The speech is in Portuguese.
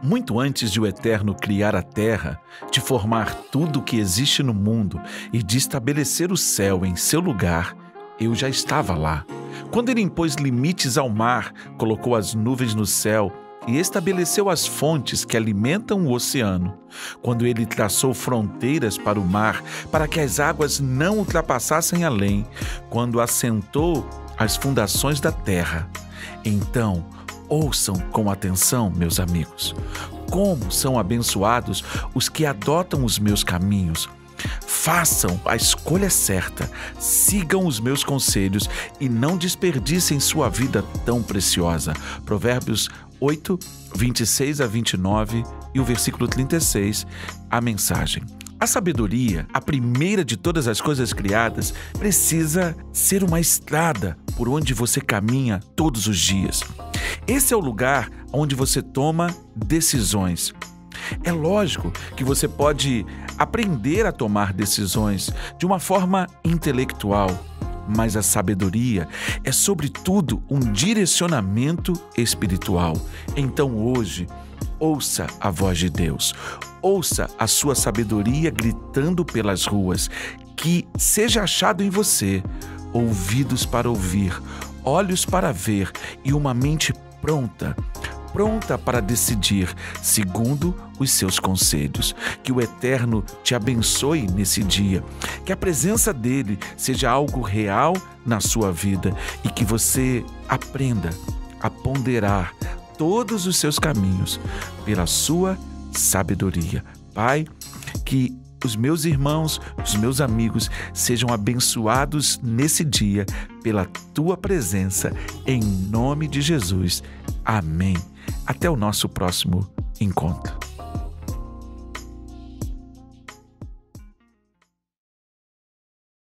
Muito antes de o Eterno criar a terra, de formar tudo o que existe no mundo e de estabelecer o céu em seu lugar, eu já estava lá. Quando ele impôs limites ao mar, colocou as nuvens no céu e estabeleceu as fontes que alimentam o oceano. Quando ele traçou fronteiras para o mar, para que as águas não ultrapassassem além. Quando assentou as fundações da terra. Então, ouçam com atenção, meus amigos. Como são abençoados os que adotam os meus caminhos. Façam a escolha certa, sigam os meus conselhos e não desperdicem sua vida tão preciosa. Provérbios 8, 26 a 29 e o versículo 36, a mensagem. A sabedoria, a primeira de todas as coisas criadas, precisa ser uma estrada por onde você caminha todos os dias. Esse é o lugar onde você toma decisões. É lógico que você pode aprender a tomar decisões de uma forma intelectual, mas a sabedoria é, sobretudo, um direcionamento espiritual. Então, hoje, ouça a voz de Deus, ouça a sua sabedoria gritando pelas ruas, que seja achado em você ouvidos para ouvir, olhos para ver e uma mente pronta para decidir segundo os seus conselhos. Que o Eterno te abençoe nesse dia, que a presença dele seja algo real na sua vida e que você aprenda a ponderar todos os seus caminhos pela sua sabedoria. Pai, que os meus irmãos, os meus amigos sejam abençoados nesse dia pela tua presença, em nome de Jesus. Amém. Até o nosso próximo encontro.